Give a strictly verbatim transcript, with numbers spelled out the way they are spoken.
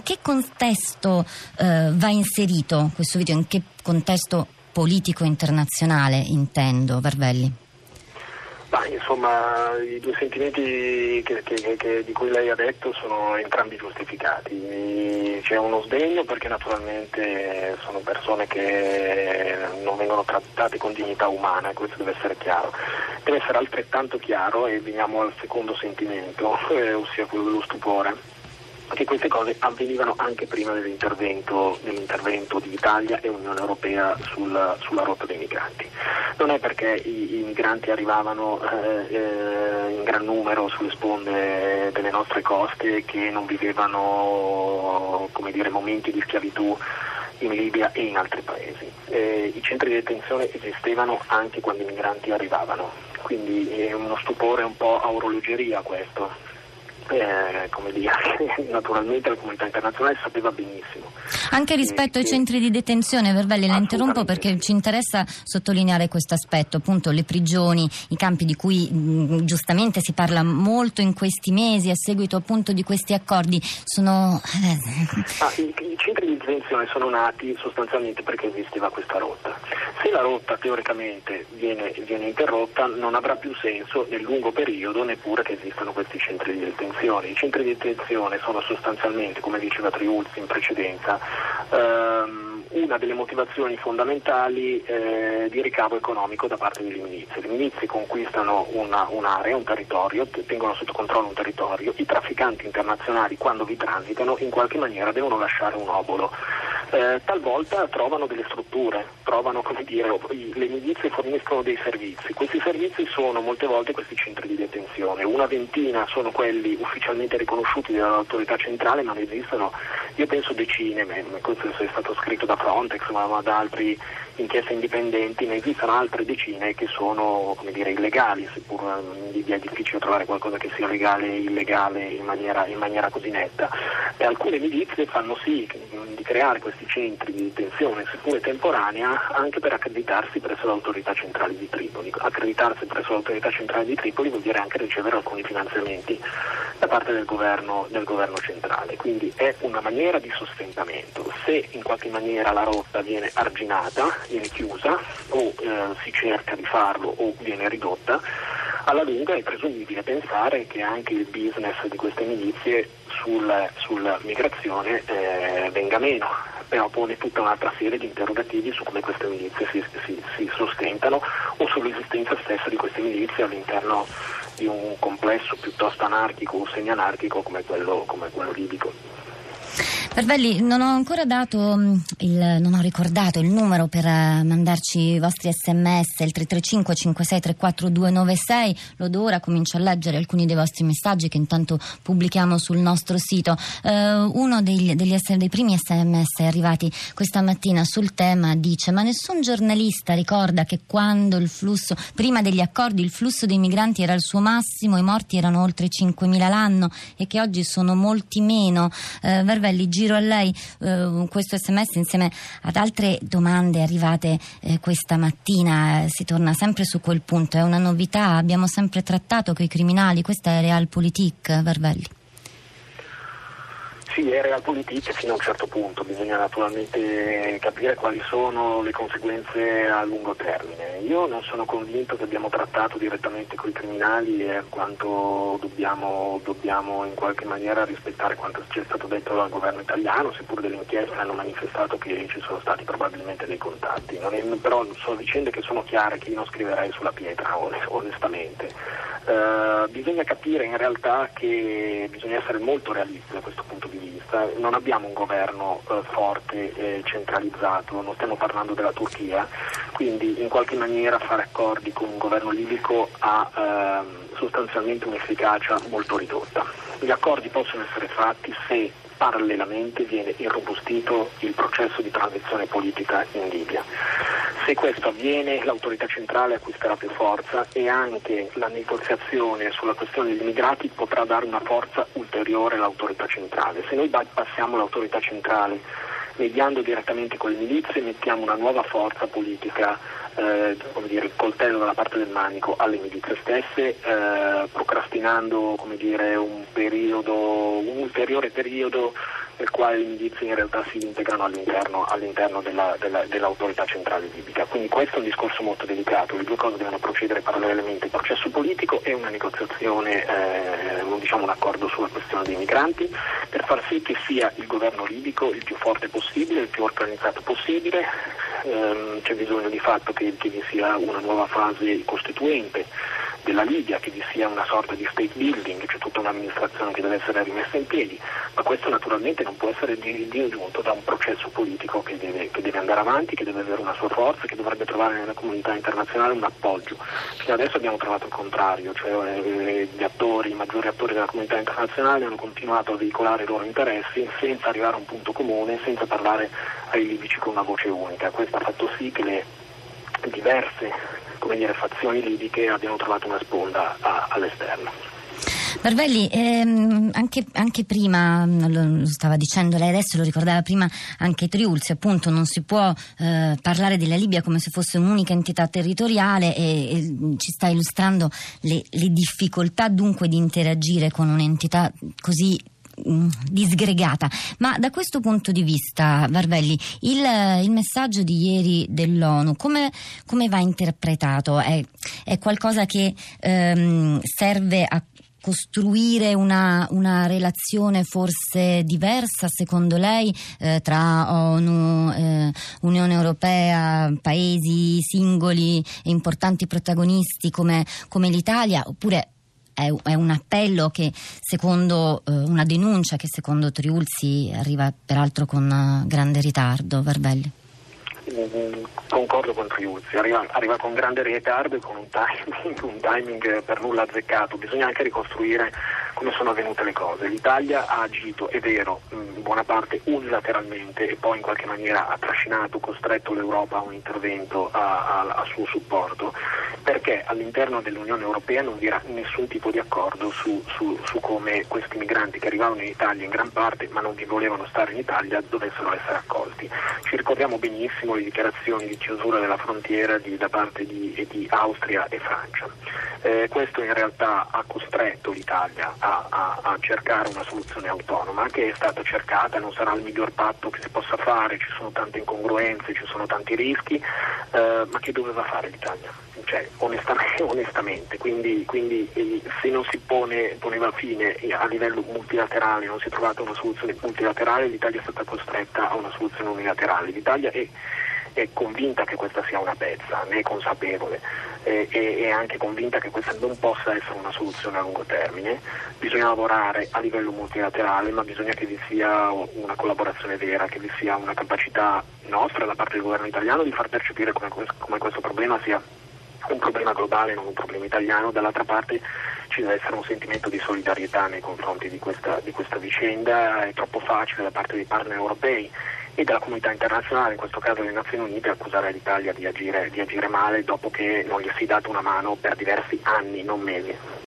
che contesto eh, va inserito questo video? In che contesto politico internazionale, intendo, Varvelli? Ma, insomma, i due sentimenti che, che, che, di cui lei ha detto sono entrambi giustificati. C'è uno sdegno perché naturalmente sono persone che non vengono trattate con dignità umana, e questo deve essere chiaro. Deve essere altrettanto chiaro, e veniamo al secondo sentimento, eh, ossia quello dello stupore, che queste cose avvenivano anche prima dell'intervento, dell'intervento di Italia e Unione Europea sul, sulla rotta dei migranti. Non è perché i, i migranti arrivavano eh, eh, in gran numero sulle sponde delle nostre coste che non vivevano, come dire, momenti di schiavitù in Libia e in altri paesi. Eh, I centri di detenzione esistevano anche quando i migranti arrivavano, quindi è uno stupore un po' a orologeria questo. Eh, come dire, naturalmente la comunità internazionale sapeva benissimo. Anche rispetto eh, ai centri di detenzione, Varvelli, la interrompo perché ci interessa sottolineare questo aspetto, appunto le prigioni, i campi di cui mh, giustamente si parla molto in questi mesi a seguito appunto di questi accordi, sono... Ah, i, i centri di detenzione sono nati sostanzialmente perché esisteva questa rotta. Se la rotta teoricamente viene, viene interrotta, non avrà più senso nel lungo periodo neppure che esistano questi centri di detenzione. I centri di detenzione sono sostanzialmente, come diceva Triulzi in precedenza, ehm, una delle motivazioni fondamentali eh, di ricavo economico da parte delle milizie. Le milizie conquistano una, un'area, un territorio, tengono sotto controllo un territorio, i trafficanti internazionali quando vi transitano in qualche maniera devono lasciare un obolo. Eh, talvolta trovano delle strutture, trovano, come dire, le milizie forniscono dei servizi. Questi servizi sono molte volte questi centri di detenzione, una ventina sono quelli ufficialmente riconosciuti dall'autorità centrale, ma ne esistono, io penso, decine, questo è stato scritto da Frontex, ma da altri inchieste indipendenti, ne esistono altre decine che sono, come dire, illegali, seppur in Libia è difficile trovare qualcosa che sia legale e illegale in maniera, in maniera così netta. E alcune milizie fanno sì di creare questi centri di detenzione, seppure temporanea, anche per accreditarsi presso l'autorità centrale di Tripoli. Accreditarsi presso l'autorità centrale di Tripoli vuol dire anche ricevere alcuni finanziamenti da parte del governo, del governo centrale, quindi è una maniera di sostentamento. Se in qualche maniera la rotta viene arginata, viene chiusa o eh, si cerca di farlo o viene ridotta, alla lunga è presumibile pensare che anche il business di queste milizie sul, sulla migrazione eh, venga meno, però pone tutta un'altra serie di interrogativi su come queste milizie si, si, si sostentano o sull'esistenza stessa di queste milizie all'interno di un complesso piuttosto anarchico o semi-anarchico come quello, come quello libico. Varvelli, non ho ancora dato il, non ho ricordato il numero per mandarci i vostri sms, il tre tre cinque cinque sei tre quattro due nove sei. Lo do ora, comincio a leggere alcuni dei vostri messaggi che intanto pubblichiamo sul nostro sito. Uh, uno degli, degli, dei primi sms arrivati questa mattina sul tema dice: ma nessun giornalista ricorda che quando il flusso, prima degli accordi, il flusso dei migranti era al suo massimo, i morti erano oltre cinquemila l'anno e che oggi sono molti meno. Uh, Varvelli, giro a lei uh, questo sms insieme ad altre domande arrivate eh, questa mattina. Si torna sempre su quel punto, è una novità, abbiamo sempre trattato che i criminali, questa è realpolitik, Varvelli. Sì, è realpolitik fino a un certo punto, bisogna naturalmente capire quali sono le conseguenze a lungo termine. Io non sono convinto che abbiamo trattato direttamente con i criminali e quanto dobbiamo, dobbiamo in qualche maniera rispettare quanto ci è stato detto dal governo italiano, seppur delle inchieste hanno manifestato che ci sono stati probabilmente dei contatti. Non è, però sono vicende che sono chiare, che io non scriverei sulla pietra, onestamente. Uh, bisogna capire in realtà che bisogna essere molto realisti da questo punto di vista. Non abbiamo un governo uh, forte e centralizzato, non stiamo parlando della Turchia, quindi in qualche maniera fare accordi con un governo libico ha uh, sostanzialmente un'efficacia molto ridotta. Gli accordi possono essere fatti se parallelamente viene irrobustito il processo di transizione politica in Libia. Se questo avviene, l'autorità centrale acquisterà più forza e anche la negoziazione sulla questione degli immigrati potrà dare una forza ulteriore all'autorità centrale. Se noi passiamo l'autorità centrale mediando direttamente con le milizie, mettiamo una nuova forza politica, eh, come dire, il coltello dalla parte del manico alle milizie stesse, eh, procrastinando, come dire, un periodo, un ulteriore periodo nel quale le milizie in realtà si integrano all'interno, all'interno della, della, dell'autorità centrale libica. Quindi questo è un discorso molto delicato, le due cose devono procedere parallelamente, il processo politico e una negoziazione, eh, non diciamo un accordo sulla questione dei migranti, per far sì che sia il governo libico il più forte possibile, il più organizzato possibile. Ehm, c'è bisogno di fatto che, che vi sia una nuova fase costituente della Libia, che vi sia una sorta di state building, c'è tutta un'amministrazione che deve essere rimessa in piedi, ma questo naturalmente non può essere disgiunto da un processo politico che deve, che deve andare avanti, che deve avere una sua forza, che dovrebbe trovare nella comunità internazionale un appoggio. Fino adesso abbiamo trovato il contrario, cioè eh, gli attori, i maggiori attori della comunità internazionale hanno continuato a veicolare i loro interessi senza arrivare a un punto comune, senza parlare ai libici con una voce unica. Questo ha fatto sì che le diverse come dire, fazioni libiche abbiano trovato una sponda a, all'esterno. Barvelli, ehm, anche, anche prima, lo stava dicendo lei adesso, lo ricordava prima anche Triulzi, appunto non si può eh, parlare della Libia come se fosse un'unica entità territoriale e, e ci sta illustrando le, le difficoltà dunque di interagire con un'entità così disgregata. Ma da questo punto di vista, Barvelli, il, il messaggio di ieri dell'ONU come, come va interpretato? È, è qualcosa che ehm, serve a costruire una, una relazione forse diversa secondo lei eh, tra ONU, eh, Unione Europea, paesi singoli e importanti protagonisti come, come l'Italia, oppure è un appello che secondo eh, una denuncia che secondo Triulzi arriva peraltro con uh, grande ritardo? Barvelli? Mm, concordo con Triulzi, arriva, arriva con grande ritardo e con un timing, un timing per nulla azzeccato. Bisogna anche ricostruire come sono avvenute le cose. L'Italia ha agito, è vero, in buona parte unilateralmente e poi in qualche maniera ha trascinato, costretto l'Europa a un intervento a, a, a suo supporto, perché all'interno dell'Unione Europea non vi era nessun tipo di accordo su, su, su come questi migranti che arrivavano in Italia in gran parte ma non vi volevano stare in Italia dovessero essere accolti. Ci ricordiamo benissimo le dichiarazioni di chiusura della frontiera di, da parte di, di Austria e Francia. Eh, questo in realtà ha costretto l'Italia a, a, a cercare una soluzione autonoma che è stata cercata, non sarà il miglior patto che si possa fare, ci sono tante incongruenze, ci sono tanti rischi, eh, ma che doveva fare l'Italia? Cioè, onestamente, onestamente. Quindi, quindi eh, se non si pone, poneva fine a livello multilaterale, non si è trovata una soluzione multilaterale, l'Italia è stata costretta a una soluzione unilaterale. L'Italia è è convinta che questa sia una pezza, ne è consapevole, e eh, è anche convinta che questa non possa essere una soluzione a lungo termine. Bisogna lavorare a livello multilaterale, ma bisogna che vi sia una collaborazione vera, che vi sia una capacità nostra da parte del governo italiano di far percepire come, come questo problema sia un problema globale, non un problema italiano. Dall'altra parte ci deve essere un sentimento di solidarietà nei confronti di questa, di questa vicenda. È troppo facile da parte dei partner europei e della comunità internazionale, in questo caso le Nazioni Unite, accusare l'Italia di agire, di agire male dopo che non gli si è dato una mano per diversi anni, non mesi.